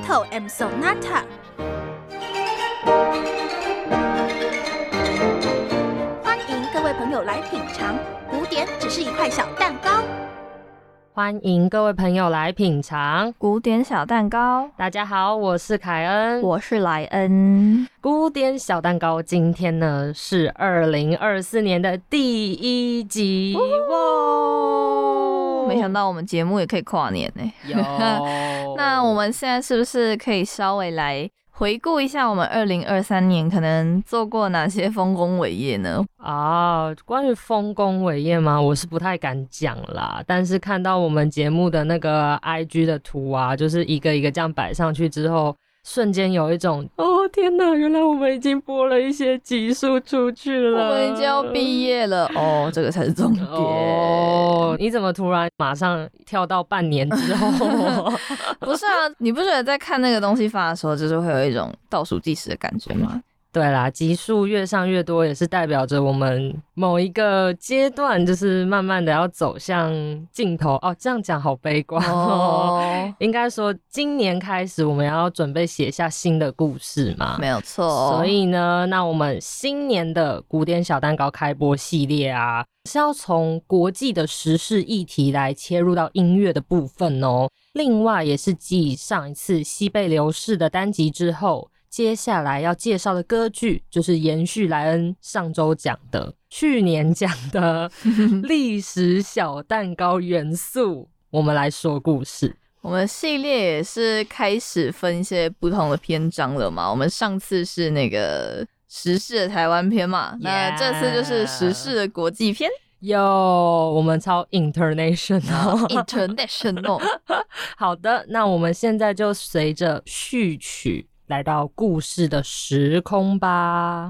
Sonato and Sonata。欢迎各位朋友来品尝，古典只是一块小蛋糕。 欢迎各位朋友来品尝古典小蛋糕。 大家好，我是凯恩， 我是莱恩。 古典小蛋糕今天呢是2024年的第1集，哇！ 没想到我们节目也可以跨年呢。 有。 那我们现在是不是可以稍微来回顾一下我们2023年可能做过哪些丰功伟业呢？ 关于丰功伟业吗？我是不太敢讲啦，但是看到我们节目的那个 IG 的图啊，就是一个一个这样摆上去之后，瞬间有一种天哪，原来我们已经播了一些集数出去了， 我们已经要毕业了这个才是重点。 你怎么突然马上跳到半年之后？ 不是啊，你不觉得在看那个东西发的时候，就是会有一种倒数计时的感觉吗？ 对啦，集数越上越多，也是代表着我们某一个阶段就是慢慢的要走向尽头。这样讲好悲观应该说今年开始我们要准备写下新的故事嘛， 没有错。 所以呢，那我们新年的古典小蛋糕开播系列啊，是要从国际的时事议题来切入到音乐的部分哦。另外也是继上一次西贝流士的单集之后，接下来要介绍的歌剧就是延续莱恩上周讲的、去年讲的历史小蛋糕元素，我们来说故事。 我们系列也是开始分一些不同的篇章了嘛。我们上次是那个时事的台湾篇嘛，那这次就是时事的国际篇。 我们超 international。好的，那我们现在就随着序曲来到故事的时空吧。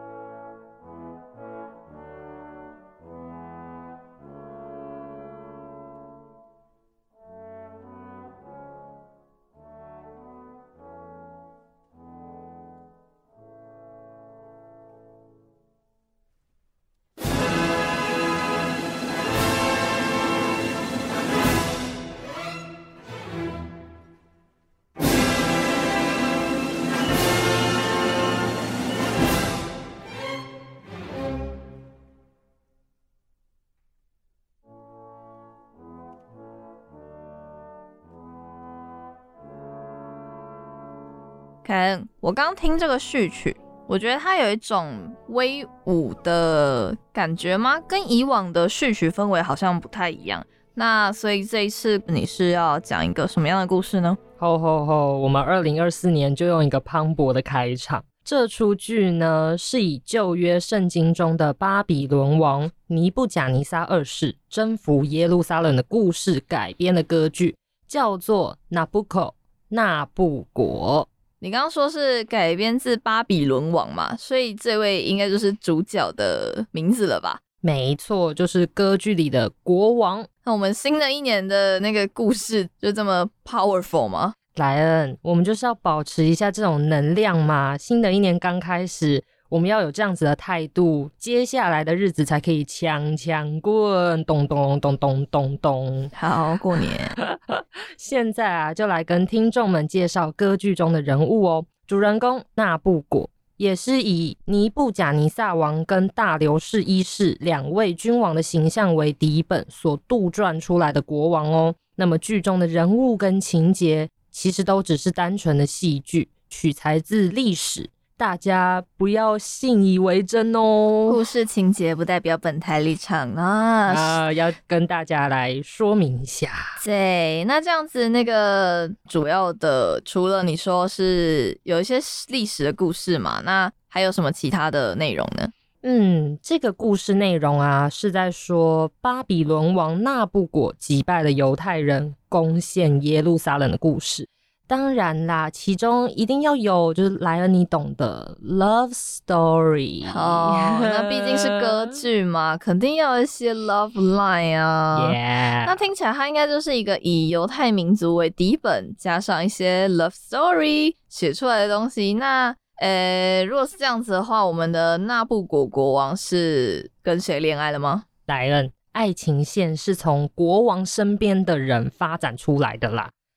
凯恩，我刚听这个序曲，我觉得它有一种威武的感觉吗？跟以往的序曲氛围好像不太一样。那所以这一次你是要讲一个什么样的故事呢？ 我们2024年就用一个磅礴的开场。这出剧呢是以旧约圣经中的巴比伦王尼布甲尼撒二世征服耶路撒冷的故事改编的歌剧，叫做纳布果。 你刚刚说是改编自巴比伦王嘛，所以这位应该就是主角的名字了吧？ 没错，就是歌剧里的国王。 那我们新的一年的那个故事就这么 powerful 吗？ 莱恩，我们就是要保持一下这种能量嘛。新的一年刚开始，我们要有这样子的态度，接下来的日子才可以强强棍，咚咚咚咚咚咚。 好，过年。 现在啊，就来跟听众们介绍歌剧中的人物哦。主人公纳布果也是以尼布甲尼撒王跟大流士一世两位君王的形象为底本所杜撰出来的国王哦。那么剧中的人物跟情节其实都只是单纯的戏剧，取材自历史，大家不要信以为真哦。 故事情节不代表本台立场啊， 要跟大家来说明一下。 对，那这样子那个主要的，除了你说是有一些历史的故事嘛，那还有什么其他的内容呢？ 这个故事内容啊，是在说巴比伦王纳布果击败了犹太人，攻陷耶路撒冷的故事。当然啦，其中一定要有就是莱恩你懂的 love story 那毕竟是歌剧嘛，肯定要有一些 love line 啊。那听起来它应该就是一个以犹太民族为底本，加上一些 love story 写出来的东西。那如果是这样子的话，我们的纳布果国王是跟谁恋爱了吗？ 莱恩，爱情线是从国王身边的人发展出来的啦。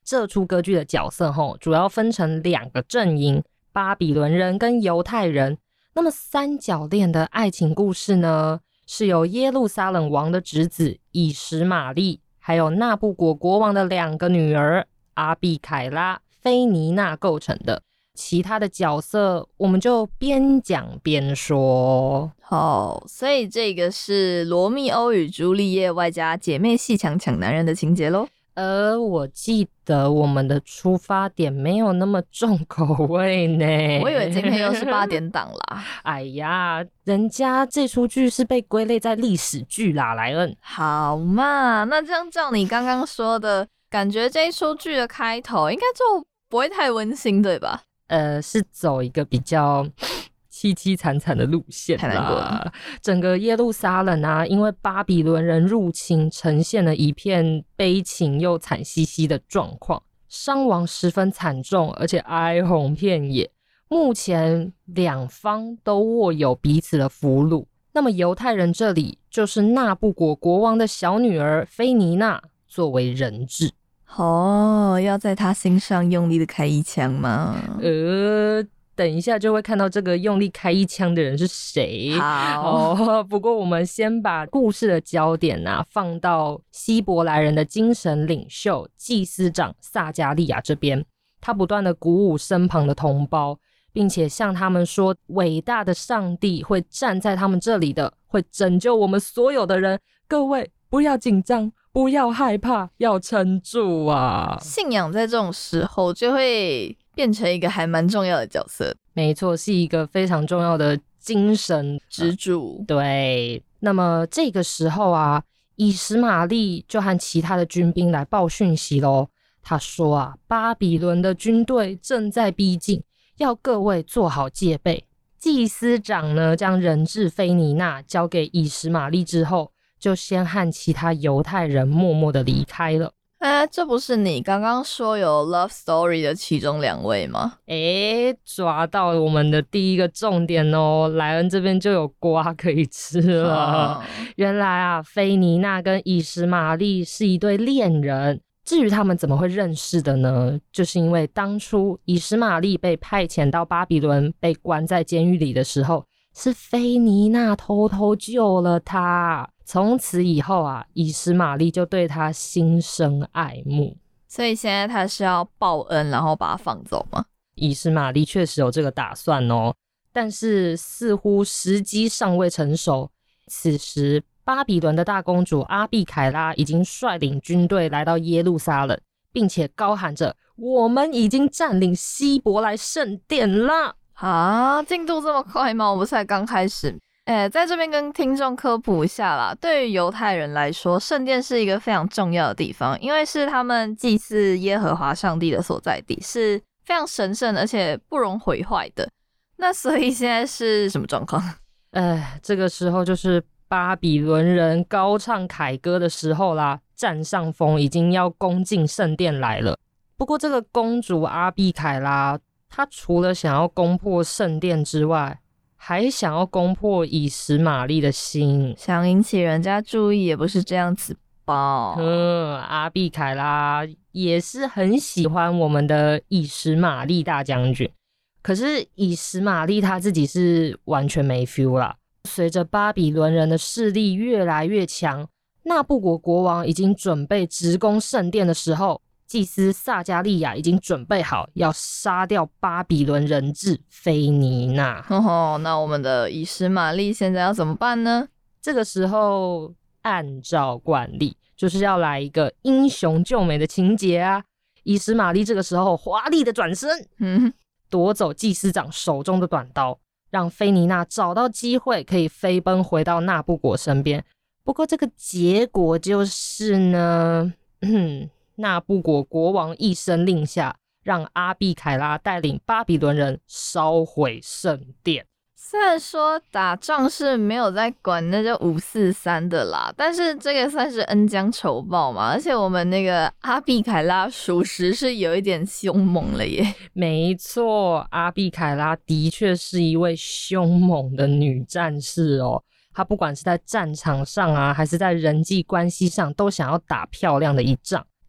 这出歌剧的角色主要分成2个阵营，巴比伦人跟犹太人。那么三角恋的爱情故事呢，是由耶路撒冷王的侄子以实玛利，还有纳布果国王的2个女儿阿毕凯拉、菲尼娜构成的。其他的角色我们就边讲边说。 好，所以这个是罗密欧与朱丽叶外加姐妹戏抢男人的情节咯。 我记得我们的出发点没有那么重口味呢。 我以为今天又是8点档啦。 哎呀，人家这出剧是被归类在历史剧啦，莱恩。 好嘛，那这样照你刚刚说的，感觉这一出剧的开头应该就不会太温馨，对吧？ 是走一个比较凄凄惨惨的路线啦。 太难过了。 整个耶路撒冷啊，因为巴比伦人入侵，呈现了一片悲情又惨兮兮的状况，伤亡十分惨重，而且哀鸿遍野。目前2方都握有彼此的俘虏。那么犹太人这里就是纳布果国王的小女儿菲尼娜作为人质。 要在他心上用力的开一枪吗？ 等一下就会看到这个用力开一枪的人是谁。 好， 不过我们先把故事的焦点放到希伯来人的精神领袖祭司长撒加利亚这边。他不断的鼓舞身旁的同胞，并且向他们说，伟大的上帝会站在他们这里的，会拯救我们所有的人。各位不要紧张，不要害怕，要撑住啊！ 信仰在这种时候就会变成一个还蛮重要的角色。 没错，是一个非常重要的精神支柱。 对，那么这个时候啊，以实玛利就和其他的军兵来报讯息咯。他说巴比伦的军队正在逼近，要各位做好戒备。祭司长呢，将人质菲尼娜交给以实玛利之后，就先和其他犹太人默默的离开了。 这不是你刚刚说有 love story 的其中2位吗？ 抓到我们的第一个重点哦，莱恩这边就有瓜可以吃了。原来菲尼娜跟以实玛利是一对恋人。至于他们怎么会认识的呢？就是因为当初以实玛利被派遣到巴比伦，被关在监狱里的时候，是菲尼娜偷偷救了他。从此以后以实玛利就对他心生爱慕。 所以现在他是要报恩，然后把他放走吗？ 以实玛利确实有这个打算哦，但是似乎时机尚未成熟。此时巴比伦的大公主阿毕凯拉已经率领军队来到耶路撒冷，并且高喊着，我们已经占领希伯来圣殿了。 进度这么快吗？我不是才刚开始。在这边跟听众科普一下啦，对于犹太人来说，圣殿是一个非常重要的地方，因为是他们祭祀耶和华上帝的所在地，是非常神圣而且不容毁坏的。那所以现在是什么状况？ 这个时候就是巴比伦人高唱凯歌的时候啦，占上风，已经要攻进圣殿来了。不过这个公主阿毕凯拉，她除了想要攻破圣殿之外，还想要攻破以实玛利的心， 想引起人家注意也不是这样子吧。 阿毕凯拉也是很喜欢我们的以实玛利大将军，可是以实玛利他自己是完全没 feel 啦。随着巴比伦人的势力越来越强，纳布果国王已经准备直攻圣殿的时候，祭司撒加利亚已经准备好要杀掉巴比伦人质菲尼娜。 那我们的以实玛利现在要怎么办呢？ 这个时候按照惯例就是要来一个英雄救美的情节啊。以实玛利这个时候华丽的转身，夺走祭司长手中的短刀，让菲尼娜找到机会可以飞奔回到纳布果身边。不过这个结果就是呢，纳布果国王一声令下，让阿毕凯拉带领巴比伦人烧毁圣殿。 虽然说打仗是没有在管那就543的啦，但是这个算是恩将仇报嘛，而且我们那个阿毕凯拉属实是有一点凶猛了耶。 没错，阿毕凯拉的确是一位凶猛的女战士哦。她不管是在战场上还是在人际关系上，都想要打漂亮的一仗。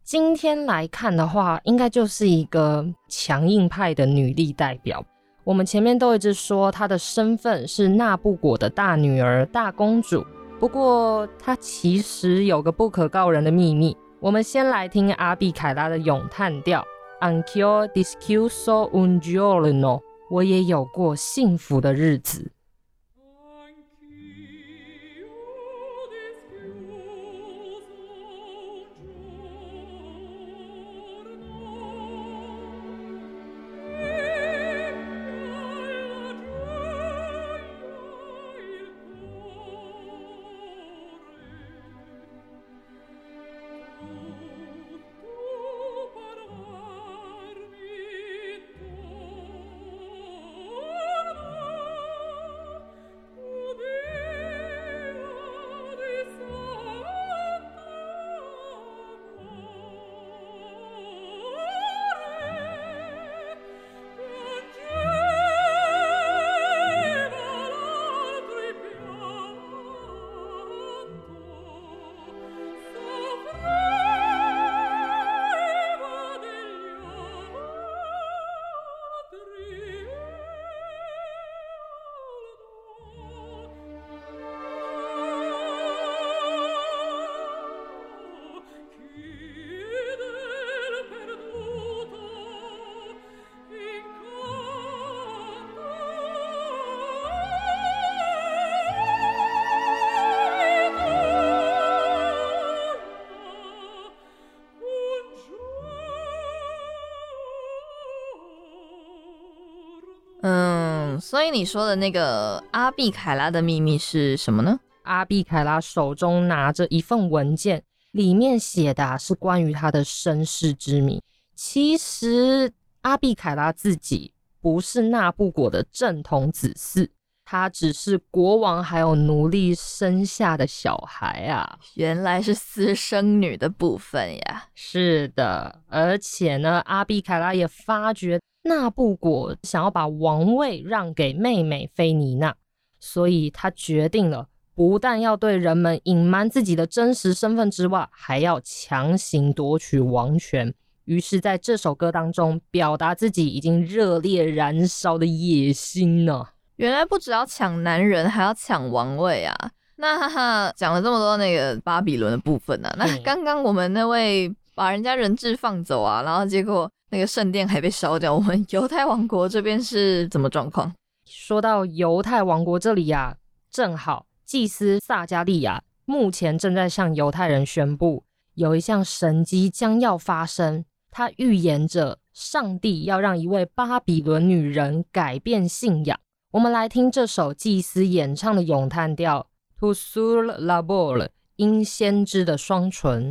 今天来看的话，应该就是一个强硬派的女力代表。我们前面都一直说她的身份是纳布果的大女儿、大公主，不过她其实有个不可告人的秘密。我们先来听阿比凯拉的咏叹调 Anch'io discusso un giorno， 我也有过幸福的日子。 所以你说的那个阿比凯拉的秘密是什么呢？ 阿比凯拉手中拿着一份文件，里面写的是关于他的身世之谜。其实阿比凯拉自己不是纳布果的正统子嗣，他只是国王还有奴隶生下的小孩啊。 原来是私生女的部分呀。 是的，而且呢，阿比凯拉也发觉纳布果想要把王位让给妹妹菲尼娜，所以他决定了，不但要对人们隐瞒自己的真实身份之外，还要强行夺取王权。于是在这首歌当中表达自己已经热烈燃烧的野心呢。 原来不只要抢男人，还要抢王位啊。那讲了这么多那个巴比伦的部分啊，那刚刚我们那位把人家人质放走啊，然后结果那个圣殿还被烧掉，我们犹太王国这边是怎么状况？ 说到犹太王国这里啊，正好祭司撒加利亚目前正在向犹太人宣布，有一项神迹将要发生，他预言着上帝要让一位巴比伦女人改变信仰。我们来听这首祭司演唱的咏叹调 Tu sul labor， 因先知的双唇。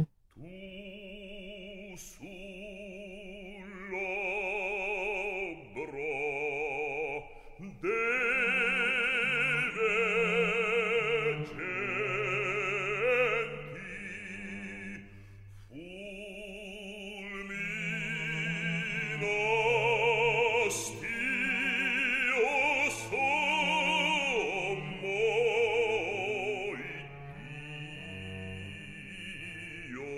Io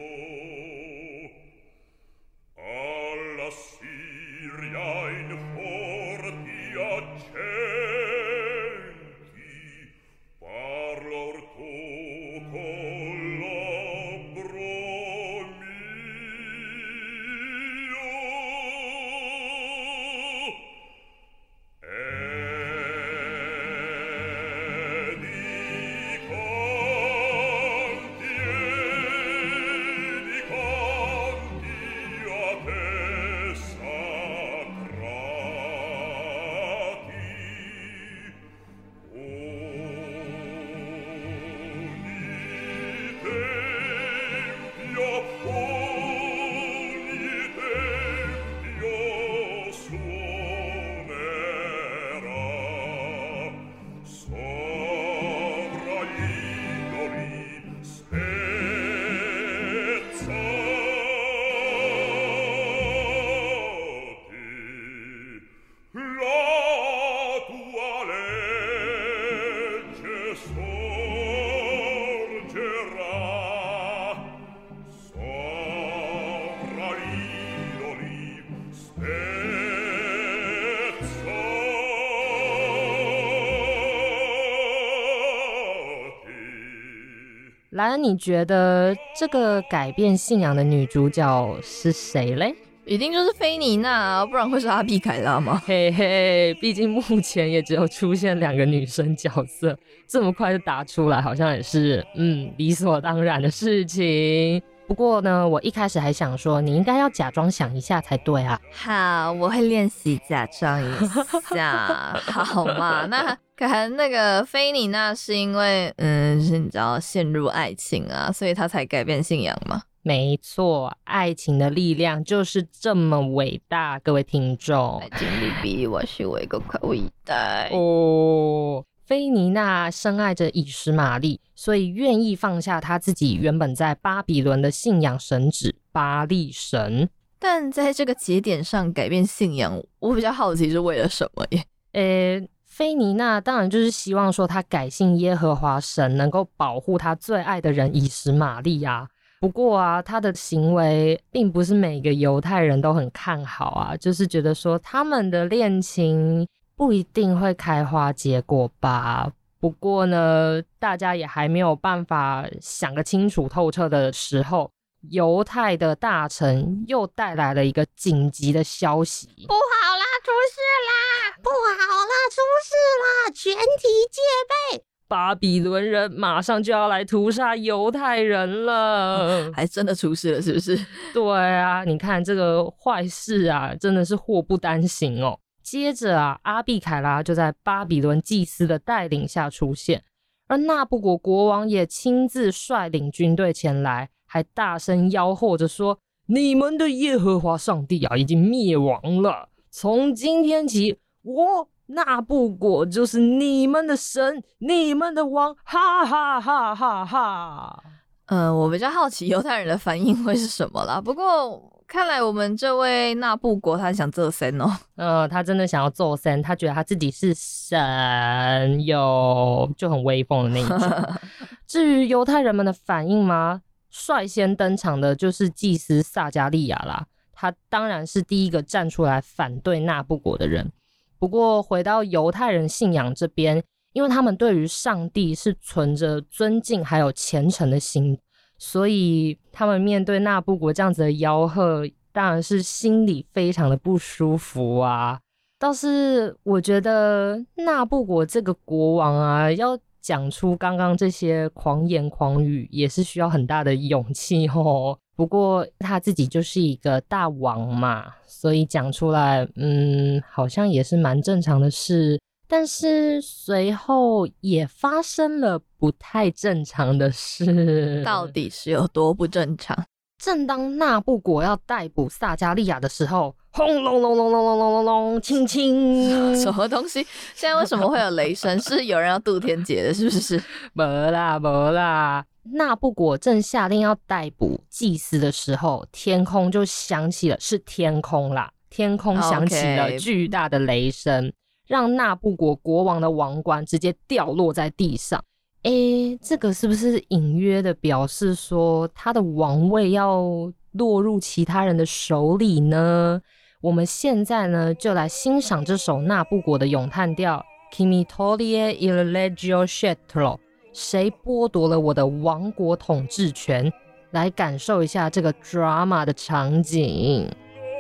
莱恩，你觉得这个改变信仰的女主角是谁嘞？ 一定就是菲尼娜啊，不然会是阿碧凯拉吗？ 嘿嘿，毕竟目前也只有出现2个女生角色，这么快就打出来，好像也是理所当然的事情。不过呢，我一开始还想说，你应该要假装想一下才对啊。 好，我会练习假装一下，好嘛？那可能那个菲尼娜是因为是你知道陷入爱情啊，所以她才改变信仰吗？ 没错，爱情的力量就是这么伟大，各位听众。 爱情里比我是我一个快伟大哦。菲尼娜深爱着以实玛利，所以愿意放下她自己原本在巴比伦的信仰神祇巴力神。 但在这个节点上改变信仰，我比较好奇是为了什么耶？ 菲尼娜当然就是希望说她改信耶和华神，能够保护她最爱的人以实玛利啊。不过啊，她的行为并不是每个犹太人都很看好啊，就是觉得说他们的恋情不一定会开花结果吧。不过呢，大家也还没有办法想个清楚透彻的时候，犹太的大臣又带来了一个紧急的消息。 不好啦，出事啦！不好啦，出事啦！全体戒备！ 巴比伦人马上就要来屠杀犹太人了。 还真的出事了是不是？ 对啊，你看这个坏事啊，真的是祸不单行哦。接着啊，阿碧凯拉就在巴比伦祭司的带领下出现，而纳布果国王也亲自率领军队前来，还大声吆喝着说：你们的耶和华上帝啊，已经灭亡了。从今天起，我纳布果就是你们的神，你们的王，哈哈哈哈哈。 我比较好奇犹太人的反应会是什么啦。不过看来我们这位纳布果他想做神哦。 他真的想要做神，他觉得他自己是神哟，就很威风的那一种。至于犹太人们的反应吗？率先登场的就是祭司撒迦利亚啦，他当然是第一个站出来反对纳布果的人。不过回到犹太人信仰这边，因为他们对于上帝是存着尊敬还有虔诚的心，所以他们面对纳布果这样子的吆喝，当然是心里非常的不舒服啊。倒是我觉得纳布果这个国王啊，要讲出刚刚这些狂言狂语，也是需要很大的勇气哦。不过他自己就是一个大王嘛，所以讲出来好像也是蛮正常的事。但是随后也发生了不太正常的事。 到底是有多不正常？ 正当纳布果要逮捕撒迦利亚的时候，轰隆隆隆隆隆隆隆隆，轻轻， 什么东西？现在为什么会有雷声？是有人要渡天劫的，是不是？ 没啦。纳布果正下令要逮捕祭司的时候，天空就响起了，是天空啦，天空响起了巨大的雷声，让纳布果国王的王冠直接掉落在地上。这个是不是隐约的表示说他的王位要落入其他人的手里呢？我们现在呢就来欣赏这首纳布果的咏叹调 Chi togliè il regno scettro， 谁剥夺了我的王国统治权，来感受一下这个 drama 的场景。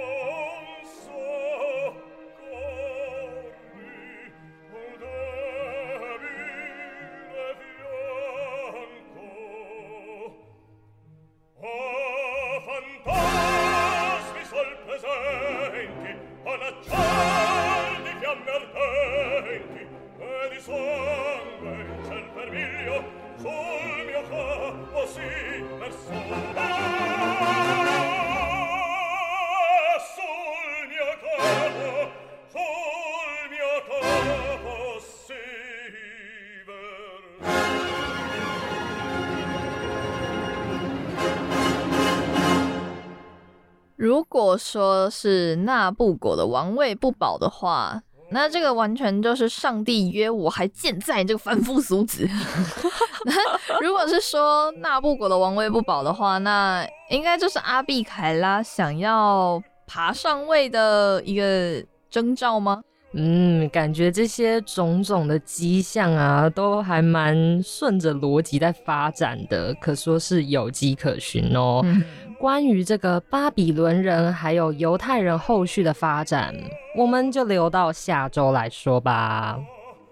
如果说是纳布果的王位不保的话，那这个完全就是上帝约我还健在这个凡夫俗子。如果是说纳布果的王位不保的话，那应该就是阿碧凯拉想要爬上位的一个征兆吗？ 感觉这些种种的迹象啊，都还蛮顺着逻辑在发展的，可说是有迹可循哦。关于这个巴比伦人还有犹太人后续的发展，我们就留到下周来说吧。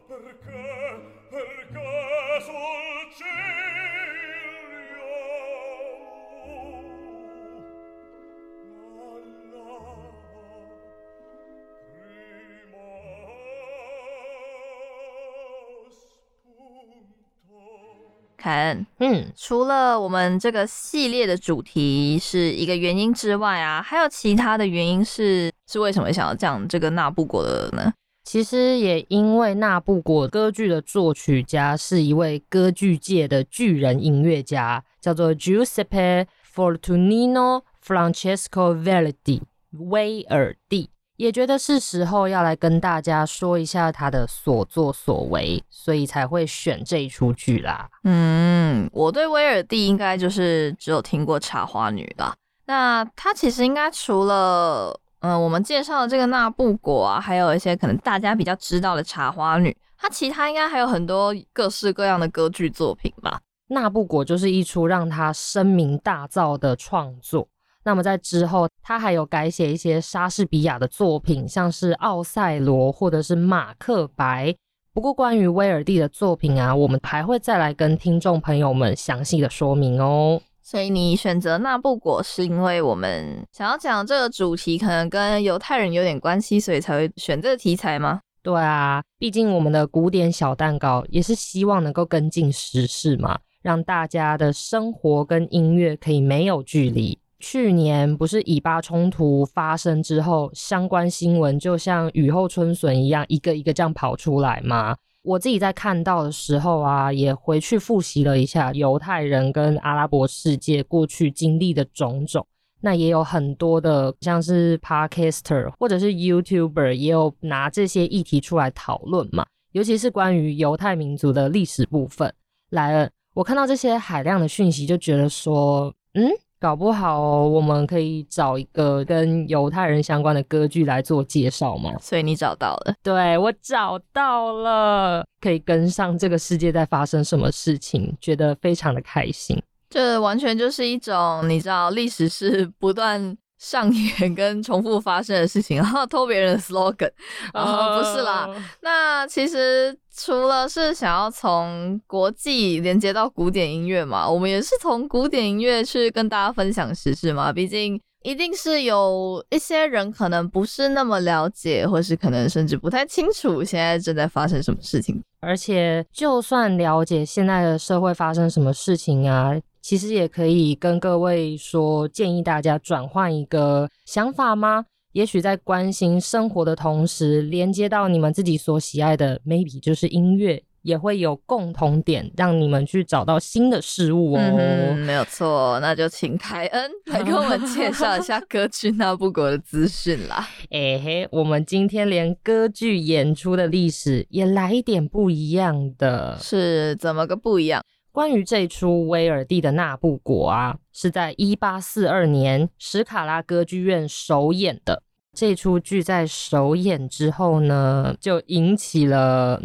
凯恩，除了我们这个系列的主题是一个原因之外啊，还有其他的原因是为什么想要讲这个纳布果的呢？ 其实也因为纳布果歌剧的作曲家是一位歌剧界的巨人音乐家，叫做 Giuseppe Fortunino Francesco Verdi 威尔第，也觉得是时候要来跟大家说一下他的所作所为，所以才会选这一出剧啦。 我对威尔第应该就是只有听过茶花女啦。那他其实应该除了我们介绍的这个纳布果啊，还有一些可能大家比较知道的茶花女，他其他应该还有很多各式各样的歌剧作品吧。 纳布果就是一出让他声名大噪的创作。那么在之后他还有改写一些莎士比亚的作品，像是奥赛罗或者是马克白。不过关于威尔第的作品啊，我们还会再来跟听众朋友们详细的说明哦。 所以你选择纳布果是因为我们想要讲这个主题可能跟犹太人有点关系，所以才会选这个题材吗？ 对啊，毕竟我们的古典小蛋糕也是希望能够跟进时事嘛，让大家的生活跟音乐可以没有距离。去年不是以巴冲突发生之后，相关新闻就像雨后春笋一样，一个一个这样跑出来吗？我自己在看到的时候啊，也回去复习了一下犹太人跟阿拉伯世界过去经历的种种。那也有很多的像是 Podcaster 或者是 YouTuber 也有拿这些议题出来讨论嘛，尤其是关于犹太民族的历史部分。莱恩，我看到这些海量的讯息就觉得说搞不好我们可以找一个跟犹太人相关的歌剧来做介绍嘛。 所以你找到了？ 对，我找到了，可以跟上这个世界在发生什么事情，觉得非常的开心。 这完全就是一种你知道历史是不断上演跟重复发生的事情，然后偷别人的 slogan 不是啦。那其实除了是想要从国际连接到古典音乐嘛，我们也是从古典音乐去跟大家分享时事嘛，毕竟一定是有一些人可能不是那么了解，或是可能甚至不太清楚现在正在发生什么事情。 而且就算了解现在的社会发生什么事情啊，其实也可以跟各位说，建议大家转换一个想法吗？也许在关心生活的同时，连接到你们自己所喜爱的 maybe 就是音乐，也会有共同点，让你们去找到新的事物哦。 没有错，那就请凯恩来跟我们介绍一下歌剧纳布果的资讯啦。 我们今天连歌剧演出的历史也来一点不一样的。 是怎么个不一样？ 关于这出威尔第的纳布果啊，是在1842年史卡拉歌剧院首演的。这出剧在首演之后呢，就引起了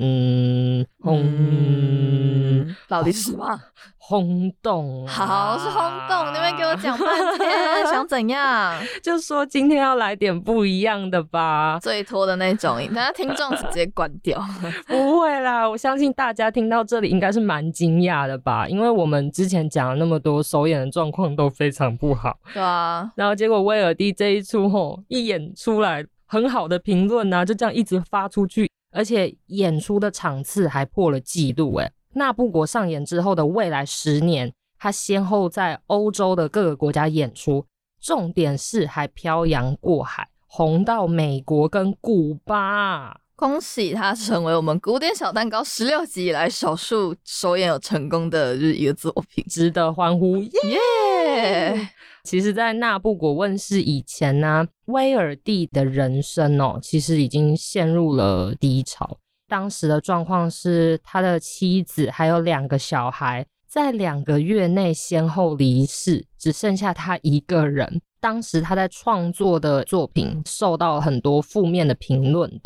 到底是什么？ 轰动啊。 好，是轰动，你们给我讲半天想怎样？ 就说今天要来点不一样的吧， 最拖的那种，大家听众直接关掉。 不会啦，我相信大家听到这里应该是蛮惊讶的吧，因为我们之前讲了那么多首演的状况都非常不好。 对啊， 然后结果威尔第这一出一演出来很好的评论啊，就这样一直发出去，而且演出的场次还破了纪录。纳布果上演之后的未来10年，他先后在欧洲的各个国家演出，重点是还漂洋过海，红到美国跟古巴。 恭喜他成为我们古典小蛋糕16集以来少数首演有成功的一个作品， 值得欢呼耶！其实在纳布果问世以前呢，威尔第的人生其实已经陷入了低潮。当时的状况是他的妻子还有2个小孩在2个月内先后离世，只剩下他一个人。当时他在创作的作品受到很多负面的评论的，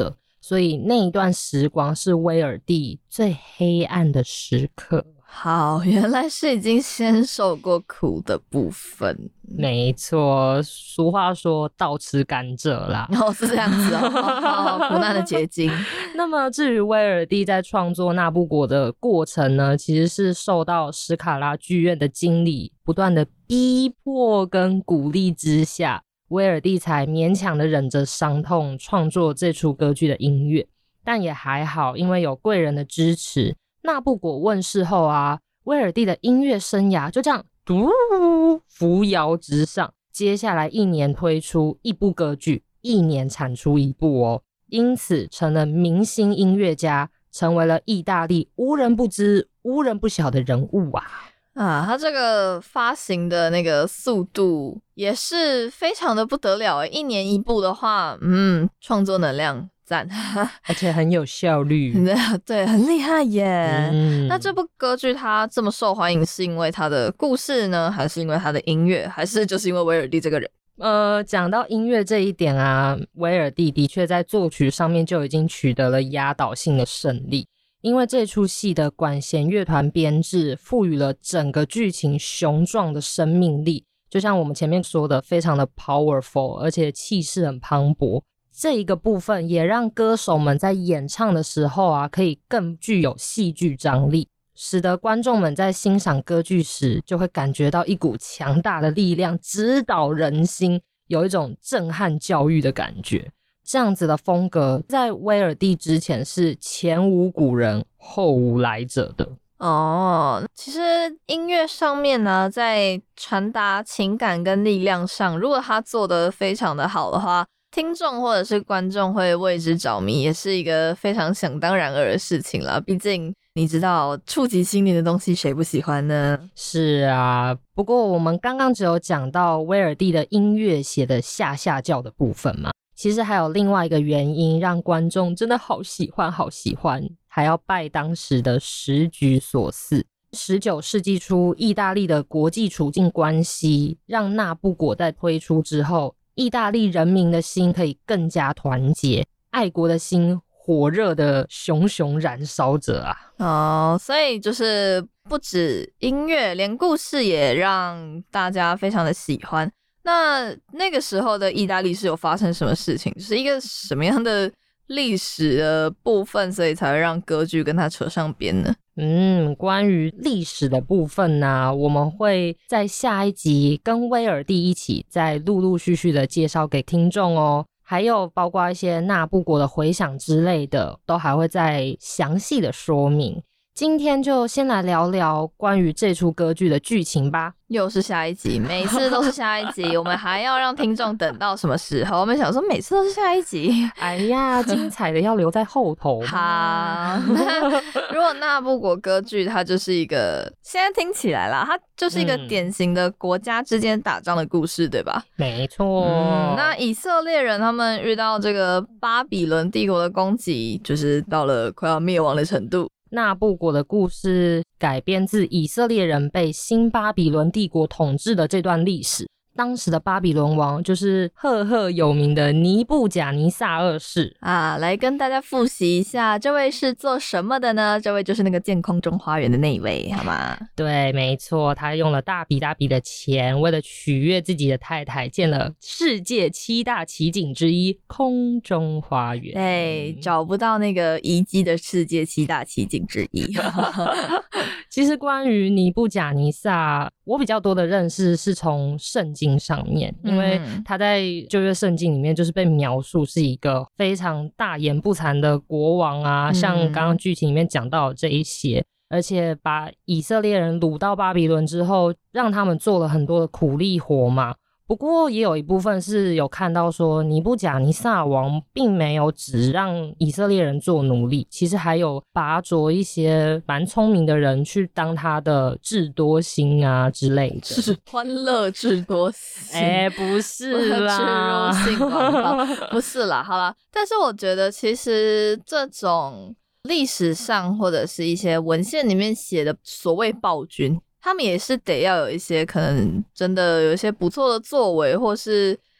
所以那一段时光是威尔第最黑暗的时刻。 好，原来是已经先受过苦的部分。 没错，俗话说倒吃甘蔗啦。 是这样子苦难的结晶。 那么至于威尔第在创作纳布果的过程呢，其实是受到史卡拉剧院的经理不断的逼迫跟鼓励之下，威尔第才勉强的忍着伤痛创作这出歌剧的音乐。但也还好，因为有贵人的支持，纳布果问世后啊，威尔第的音乐生涯就这样扶摇直上。接下来1年推出1部歌剧，1年产出1部哦，因此成了明星音乐家，成为了意大利无人不知无人不晓的人物啊。 他这个发行的那个速度也是非常的不得了，1年1部的话，创作能量赞， 而且很有效率。 对，很厉害耶。那这部歌剧它这么受欢迎，是因为它的故事呢，还是因为它的音乐，还是就是因为威尔第这个人？ 讲到音乐这一点啊，威尔第的确在作曲上面就已经取得了压倒性的胜利。因为这出戏的管弦乐团编制赋予了整个剧情雄壮的生命力，就像我们前面说的，非常的 powerful， 而且气势很磅礴。这一个部分也让歌手们在演唱的时候啊，可以更具有戏剧张力，使得观众们在欣赏歌剧时就会感觉到一股强大的力量指导人心，有一种震撼教育的感觉。这样子的风格在威尔第之前是前无古人后无来者的。 其实音乐上面呢，在传达情感跟力量上，如果他做得非常的好的话，听众或者是观众会为之着迷，也是一个非常想当然尔的事情啦。毕竟你知道触及心灵的东西谁不喜欢呢？ 是啊，不过我们刚刚只有讲到威尔第的音乐写的下叫的部分嘛，其实还有另外一个原因让观众真的好喜欢，还要拜当时的时局所赐。19世纪初，意大利的国际处境关系让纳布果在推出之后，意大利人民的心可以更加团结，爱国的心火热的熊熊燃烧着啊。 所以就是不止音乐，连故事也让大家非常的喜欢。那个时候的意大利是有发生什么事情，就是一个什么样的历史的部分，所以才会让歌剧跟它扯上边呢？ 关于历史的部分呢，我们会在下一集跟威尔第一起再陆陆续续的介绍给听众哦。还有包括一些纳布果的回响之类的，都还会再详细的说明。今天就先来聊聊关于这出歌剧的剧情吧。 又是下一集，每次都是下一集，我们还要让听众等到什么时候？我们想说每次都是下一集， 哎呀，精彩的要留在后头。 好，如果纳布果歌剧它就是一个，现在听起来啦，它就是一个典型的国家之间打仗的故事，对吧？ 没错。 那以色列人他们遇到这个巴比伦帝国的攻击，就是到了快要灭亡的程度。 纳布果的故事改编自以色列人被新巴比伦帝国统治的这段历史。当时的巴比伦王就是赫赫有名的尼布甲尼撒二世啊。来跟大家复习一下，这位是做什么的呢？这位就是那个建空中花园的那一位，好吗？ 对，没错，他用了大笔的钱，为了取悦自己的太太，建了世界7大奇景之一空中花园。 对，找不到那个遗迹的世界7大奇景之一。 其实关于尼布甲尼撒，我比较多的认识是从圣经上面，因为他在旧约圣经里面就是被描述是一个非常大言不惭的国王啊，像刚刚剧情里面讲到的这一些，而且把以色列人掳到巴比伦之后，让他们做了很多的苦力活嘛。不过也有一部分是有看到说尼布甲尼撒王并没有只让以色列人做奴隶，其实还有拔擢一些蛮聪明的人去当他的智多星啊之类的。 是欢乐智多星？ 不是啦， 植入性广告不是啦，好啦。但是我觉得其实这种历史上或者是一些文献里面写的所谓暴君，他们也是得要有一些可能真的有一些不错的作为，或是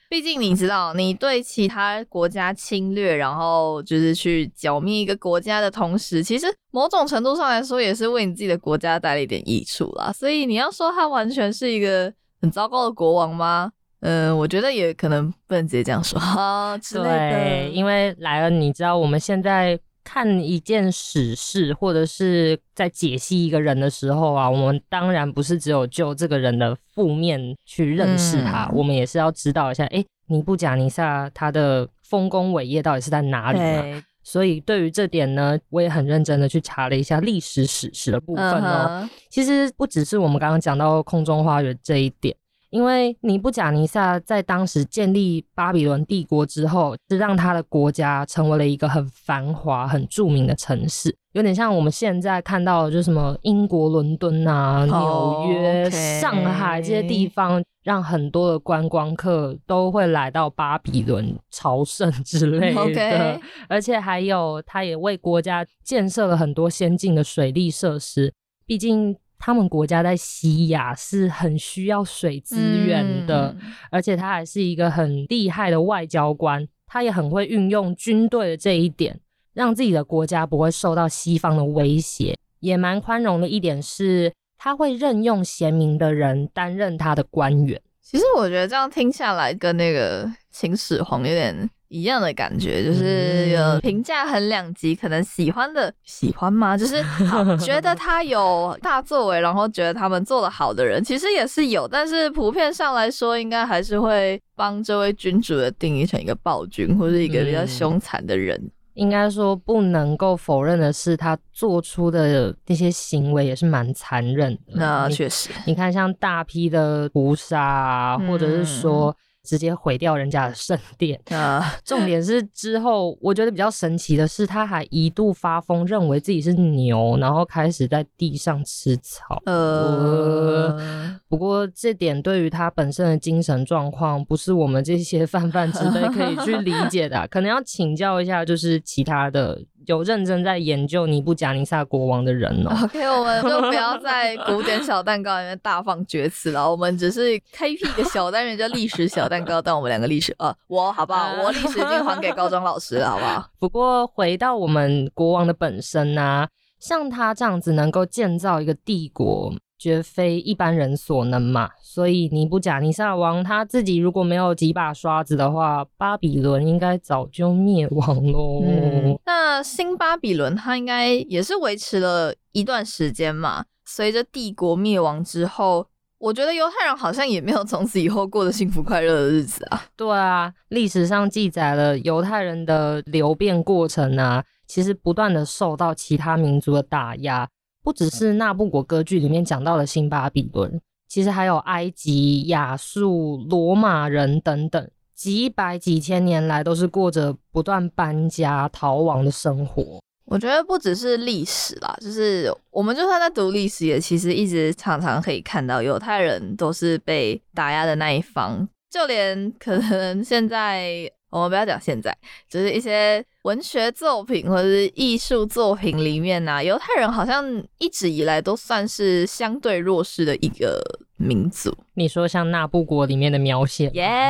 毕竟你知道，你对其他国家侵略，然后就是去剿灭一个国家的同时，其实某种程度上来说，也是为你自己的国家带来一点益处啦。所以你要说他完全是一个很糟糕的国王吗？我觉得也可能不能直接这样说之类的。 对，因为莱恩，你知道我们现在看一件史事，或者是在解析一个人的时候啊，我们当然不是只有就这个人的负面去认识他，我们也是要知道一下，尼布甲尼撒他的丰功伟业到底是在哪里嘛？所以对于这点呢，我也很认真的去查了一下历史史实的部分哦。其实不只是我们刚刚讲到空中花园这一点。因为尼布甲尼撒在当时建立巴比伦帝国之后，是让他的国家成为了一个很繁华、很著名的城市，有点像我们现在看到的，就是什么英国伦敦啊、纽约、上海这些地方，让很多的观光客都会来到巴比伦朝圣之类的。而且还有，他也为国家建设了很多先进的水利设施，毕竟他们国家在西亚是很需要水资源的，而且他还是一个很厉害的外交官，他也很会运用军队的这一点，让自己的国家不会受到西方的威胁。也蛮宽容的一点是，他会任用贤明的人担任他的官员。 其实我觉得这样听下来跟那个秦始皇有点一样的感觉，就是有评价很两极，可能喜欢吗？就是觉得他有大作为，然后觉得他们做得好的人，其实也是有，但是普遍上来说，应该还是会帮这位君主的定义成一个暴君，或是一个比较凶残的人。 应该说不能够否认的是，他做出的那些行为也是蛮残忍的。 那确实， 你看像大批的屠杀啊，或者是说直接毁掉人家的圣殿。重点是之后我觉得比较神奇的是，他还一度发疯认为自己是牛，然后开始在地上吃草。不过这点对于他本身的精神状况不是我们这些泛泛之辈可以去理解的可能要请教一下就是其他的有认真在研究尼布甲尼撒国王的人哦。 OK， 我们就不要在古典小蛋糕里面大放厥词了，我们只是开辟一个小单元叫历史小蛋糕，但我们两个历史我好不好？我历史已经还给高中老师了，好不好？ 不过回到我们国王的本身啊，像他这样子能够建造一个帝国，绝非一般人所能嘛。所以尼布甲尼撒王他自己如果没有几把刷子的话，巴比伦应该早就灭亡咯。 那新巴比伦他应该也是维持了一段时间嘛。随着帝国灭亡之后，我觉得犹太人好像也没有从此以后过得幸福快乐的日子啊。 对啊，历史上记载了犹太人的流变过程啊，其实不断的受到其他民族的打压。不只是纳布果歌剧里面讲到的新巴比伦，其实还有埃及、亚述、罗马人等等，几百几千年来都是过着不断搬家逃亡的生活。 我觉得不只是历史啦，就是我们就算在读历史，也其实一直常常可以看到犹太人都是被打压的那一方，就连可能现在我们不要讲现在，就是一些文学作品或者是艺术作品里面啊，犹太人好像一直以来都算是相对弱势的一个民族。 你说像纳布果里面的描写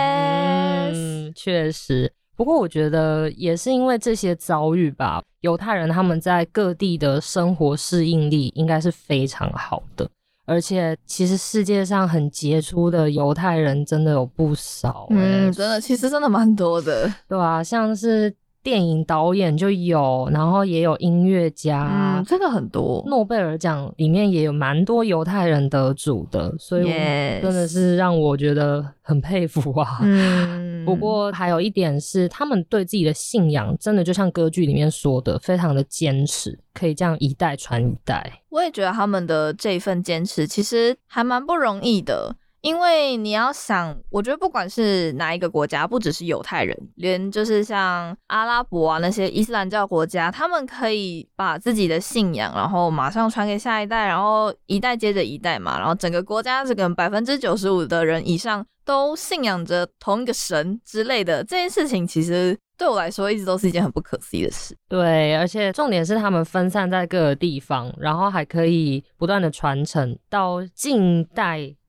Yes， 确实。不过我觉得也是因为这些遭遇吧，犹太人他们在各地的生活适应力应该是非常好的。而且其实世界上很杰出的犹太人真的有不少真的其实真的蛮多的。 对啊，像是电影导演就有，然后也有音乐家， 真的很多。 诺贝尔奖里面也有蛮多犹太人得主的，所以真的是让我觉得很佩服啊。不过还有一点是，他们对自己的信仰真的就像歌剧里面说的，非常的坚持，可以这样一代传一代。 我也觉得他们的这份坚持其实还蛮不容易的。因为你要想，我觉得不管是哪一个国家，不只是犹太人，连就是像阿拉伯啊那些伊斯兰教国家，他们可以把自己的信仰然后马上传给下一代，然后一代接着一代嘛，然后整个国家这个95%的人以上都信仰着同一个神之类的，这件事情其实对我来说一直都是一件很不可思议的事。 对，而且重点是他们分散在各个地方，然后还可以不断的传承到近代，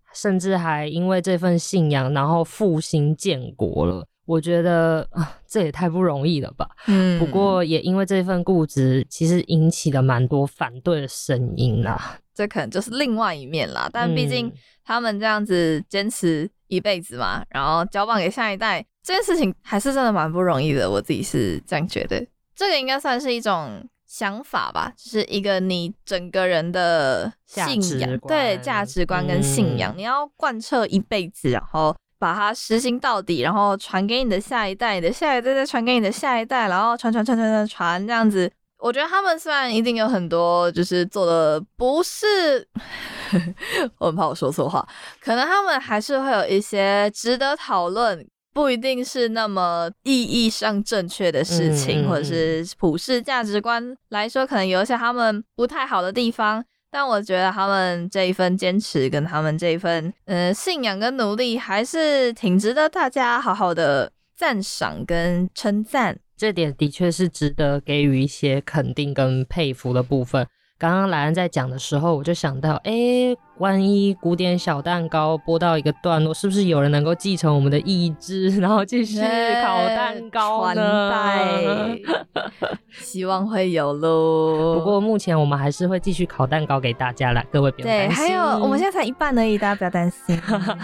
甚至还因为这份信仰然后复兴建国了。我觉得这也太不容易了吧。不过也因为这份固执，其实引起了蛮多反对的声音啦。 这可能就是另外一面啦，但毕竟他们这样子坚持一辈子嘛，然后交棒给下一代，这件事情还是真的蛮不容易的，我自己是这样觉得。这个应该算是一种想法吧，就是一个你整个人的信仰，对，价值观跟信仰，你要贯彻一辈子，然后把它实行到底，然后传给你的下一代，你的下一代再传给你的下一代，然后传这样子。我觉得他们虽然一定有很多就是做的不是我很怕我说错话，可能他们还是会有一些值得讨论，不一定是那么意义上正确的事情，或者是普世价值观来说可能有一些他们不太好的地方，但我觉得他们这一份坚持跟他们这一份信仰跟努力还是挺值得大家好好的赞赏跟称赞。 这点的确是值得给予一些肯定跟佩服的部分。刚刚莱恩在讲的时候，我就想到万一古典小蛋糕播到一个段落，是不是有人能够继承我们的意志，然后继续烤蛋糕呢？ 传代希望会有咯。 不过目前我们还是会继续烤蛋糕给大家啦，各位不用担心。 对，还有我们现在才一半而已，大家不要担心。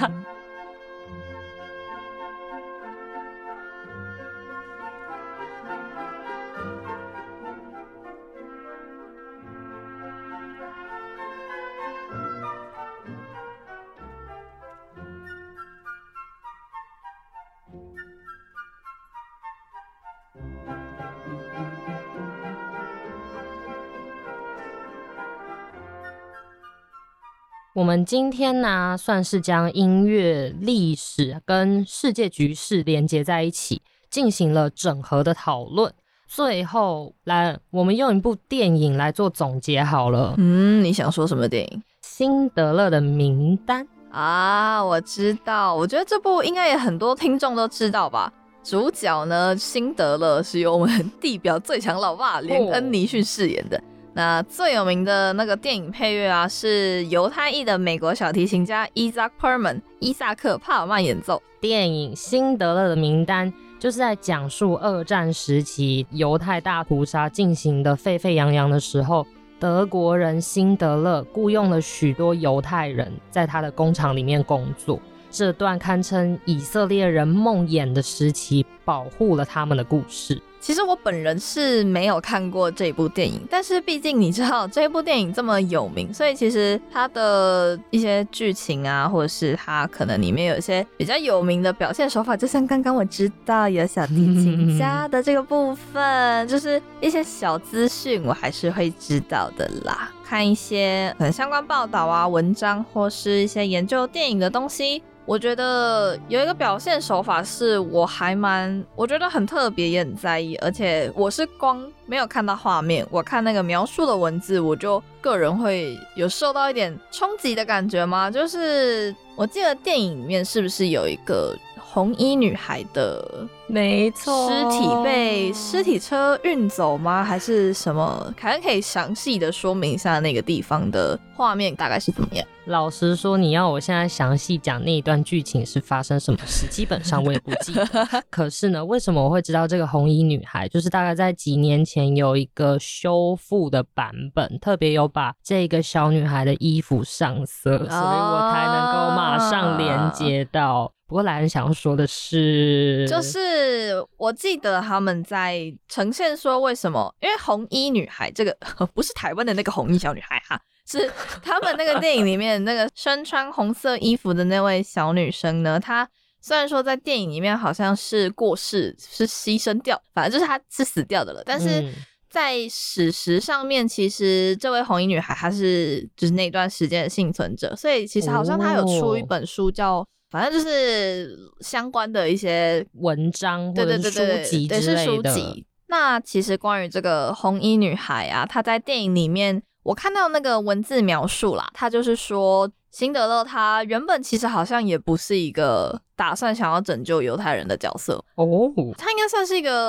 我们今天呢，算是将音乐历史跟世界局势连接在一起，进行了整合的讨论。最后来，我们用一部电影来做总结好了。 你想说什么电影？ 辛德勒的名单啊，我知道。我觉得这部应该也很多听众都知道吧。主角呢，辛德勒是由我们地表最强老爸连恩·尼逊饰演的。那最有名的那个电影配乐啊，是犹太裔的美国小提琴家伊萨克·帕尔曼演奏。 电影《辛德勒的名单》就是在讲述二战时期犹太大屠杀进行的沸沸扬扬的时候，德国人辛德勒雇佣了许多犹太人在他的工厂里面工作。这段堪称以色列人梦魇的时期，保护了他们的故事。 其实我本人是没有看过这部电影，但是毕竟你知道这部电影这么有名，所以其实它的一些剧情啊，或者是它可能里面有一些比较有名的表现手法，就像刚刚我知道有小提琴家的这个部分，就是一些小资讯我还是会知道的啦。看一些可能相关报道啊、文章或是一些研究电影的东西，我觉得有一个表现手法是我觉得很特别，也很在意，而且我是光没有看到画面，我看那个描述的文字，我就个人会有受到一点冲击的感觉吗？就是我记得电影里面是不是有一个红衣女孩的没错尸体被尸体车运走吗？还是什么？凯恩可以详细的说明一下那个地方的画面大概是怎么样？ 老实说，你要我现在详细讲那一段剧情是发生什么事，基本上我也不记得。可是呢，为什么我会知道这个红衣女孩？就是大概在几年前有一个修复的版本，特别有把这个小女孩的衣服上色，所以我才能够马上连接到。不过莱恩想要说的是， 就是我记得他们在呈现说为什么，因为红衣女孩这个不是台湾的那个红衣小女孩哈，是他们那个电影里面那个身穿红色衣服的那位小女生呢，她虽然说在电影里面好像是过世，是牺牲掉，反正就是她是死掉的了，但是在史实上面，其实这位红衣女孩她是就是那段时间的幸存者，所以其实好像她有出一本书叫反正就是相关的一些文章或者是书籍之类的。 对，是书籍。那其实关于这个红衣女孩啊，她在电影里面我看到那个文字描述啦，她就是说辛德勒他原本其实好像也不是一个打算想要拯救犹太人的角色哦，他应该算是一个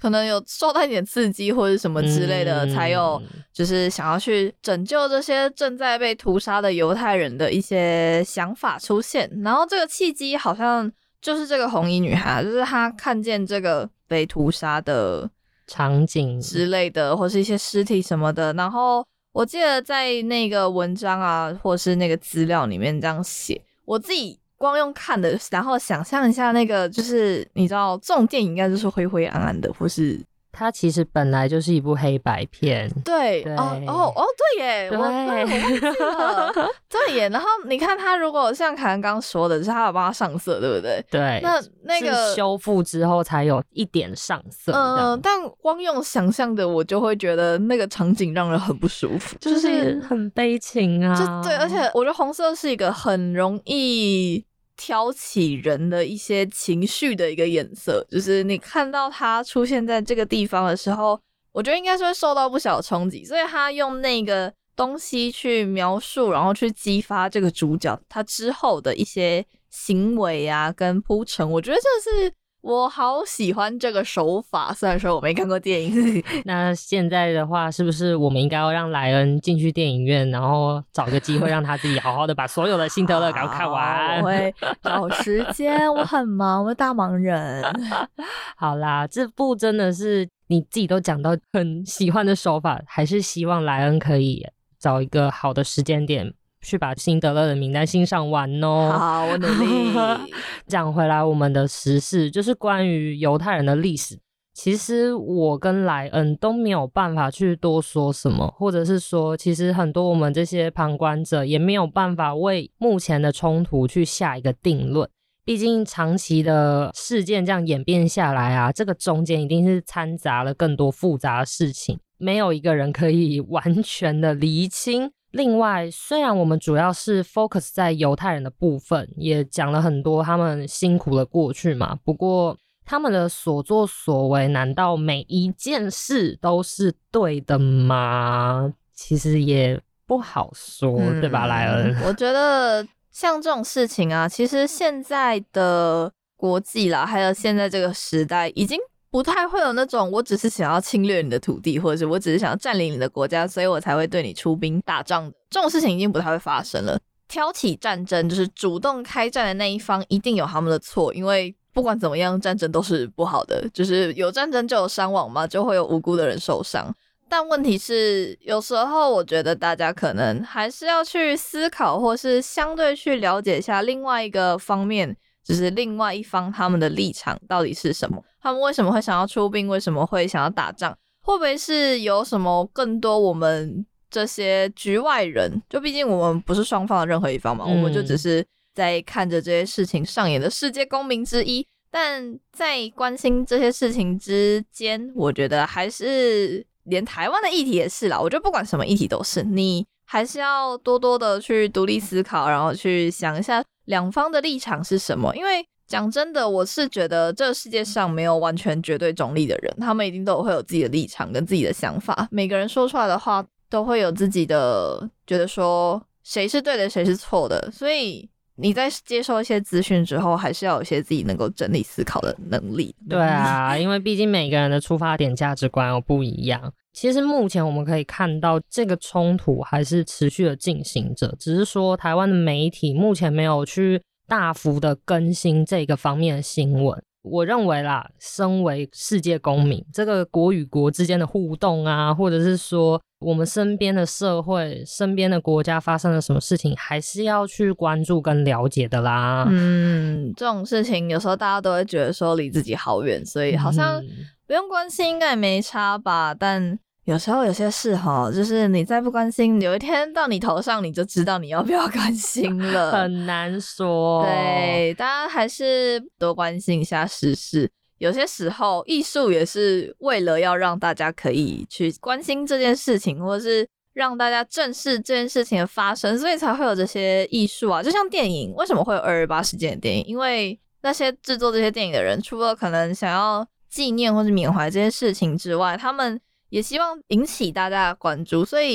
可能有受到一点刺激或者什么之类的，才有就是想要去拯救这些正在被屠杀的犹太人的一些想法出现。然后这个契机好像就是这个红衣女孩，就是她看见这个被屠杀的场景之类的，或是一些尸体什么的。然后我记得在那个文章啊，或是那个资料里面这样写，我自己光用看的，然后想象一下那个，就是你知道这种电影应该就是灰灰暗暗的，或是它其实本来就是一部黑白片。 对， 对对耶，我忘记了，对耶。然后你看他如果像凯恩刚说的，就是他有帮他上色，对不对？ 对， 那个是修复之后才有一点上色。 但光用想象的，我就会觉得那个场景让人很不舒服， 就是很悲情啊。 对，而且我觉得红色是一个很容易挑起人的一些情绪的一个颜色，就是你看到它出现在这个地方的时候，我觉得应该是会受到不小的冲击，所以他用那个东西去描述，然后去激发这个主角他之后的一些行为啊跟铺陈，我觉得这是我好喜欢这个手法，虽然说我没看过电影。 那现在的话，是不是我们应该要让莱恩进去电影院，然后找个机会让他自己好好的把所有的辛德勒赶快看完？ 我会找时间，我很忙，我是大忙人。 好啦，这部真的是你自己都讲到很喜欢的手法，还是希望莱恩可以找一个好的时间点去把辛德勒的名单欣赏完哦。 好，我努力。 讲回来，我们的时事就是关于犹太人的历史。其实我跟莱恩都没有办法去多说什么，或者是说，其实很多我们这些旁观者也没有办法为目前的冲突去下一个定论。毕竟长期的事件这样演变下来啊，这个中间一定是掺杂了更多复杂的事情，没有一个人可以完全的厘清。另外，虽然我们主要是 focus 在犹太人的部分，也讲了很多他们辛苦的过去嘛，不过他们的所作所为，难道每一件事都是对的吗？其实也不好说，对吧，莱恩？ 我觉得像这种事情啊，其实现在的国际啦，还有现在这个时代，已经不太会有那种我只是想要侵略你的土地，或者是我只是想要占领你的国家，所以我才会对你出兵打仗的这种事情已经不太会发生了。挑起战争，就是主动开战的那一方一定有他们的错，因为不管怎么样，战争都是不好的，就是有战争就有伤亡嘛，就会有无辜的人受伤。但问题是，有时候我觉得大家可能还是要去思考，或是相对去了解一下另外一个方面，就是另外一方他们的立场到底是什么，他们为什么会想要出兵，为什么会想要打仗，会不会是有什么更多我们这些局外人，就毕竟我们不是双方的任何一方嘛，我们就只是在看着这些事情上演的世界公民之一。但在关心这些事情之间，我觉得还是连台湾的议题也是啦，我觉得不管什么议题都是，你还是要多多的去独立思考，然后去想一下两方的立场是什么。因为讲真的，我是觉得这个世界上没有完全绝对中立的人，他们一定都会有自己的立场跟自己的想法，每个人说出来的话都会有自己的觉得说谁是对的谁是错的，所以你在接受一些资讯之后，还是要有一些自己能够整理思考的能力。 对啊，因为毕竟每个人的出发点价值观又不一样。其实目前我们可以看到这个冲突还是持续的进行着，只是说台湾的媒体目前没有去大幅的更新这个方面的新闻。我认为啦，身为世界公民，这个国与国之间的互动啊，或者是说我们身边的社会、身边的国家发生了什么事情，还是要去关注跟了解的啦。 这种事情有时候大家都会觉得说离自己好远，所以好像不用关心应该也没差吧。但有时候有些事就是你再不关心，有一天到你头上你就知道你要不要关心了。 很难说。 对，大家还是多关心一下时事。有些时候艺术也是为了要让大家可以去关心这件事情，或者是让大家正视这件事情的发生，所以才会有这些艺术啊。就像电影，为什么会有228事件的电影？因为那些制作这些电影的人，除了可能想要纪念或是缅怀这些事情之外，他们也希望引起大家的关注。所以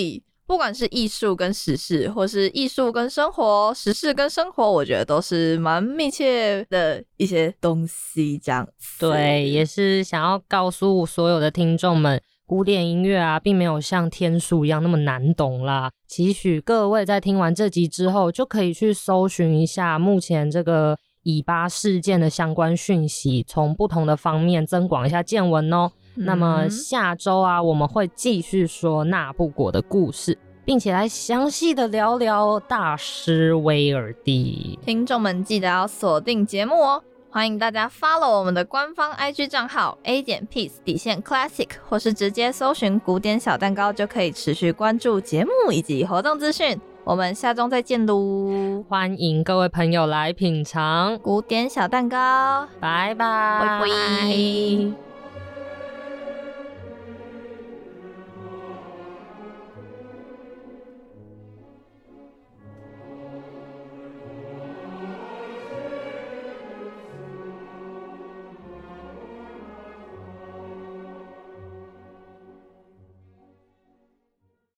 不管是艺术跟时事，或是艺术跟生活，时事跟生活，我觉得都是蛮密切的一些东西这样子。 对，也是想要告诉所有的听众们，古典音乐啊并没有像天书一样那么难懂啦。期许各位在听完这集之后，就可以去搜寻一下目前这个以巴事件的相关讯息，从不同的方面增广一下见闻哦。那么下周啊，我们会继续说纳布果的故事，并且来详细的聊聊大师威尔第。 听众们记得要锁定节目哦，欢迎大家 follow 我们的官方 IG 账号 A.Peace_Classic， 或是直接搜寻古典小蛋糕就可以持续关注节目以及活动资讯。我们下周再见喽！ 欢迎各位朋友来品尝古典小蛋糕， 拜拜， 拜拜。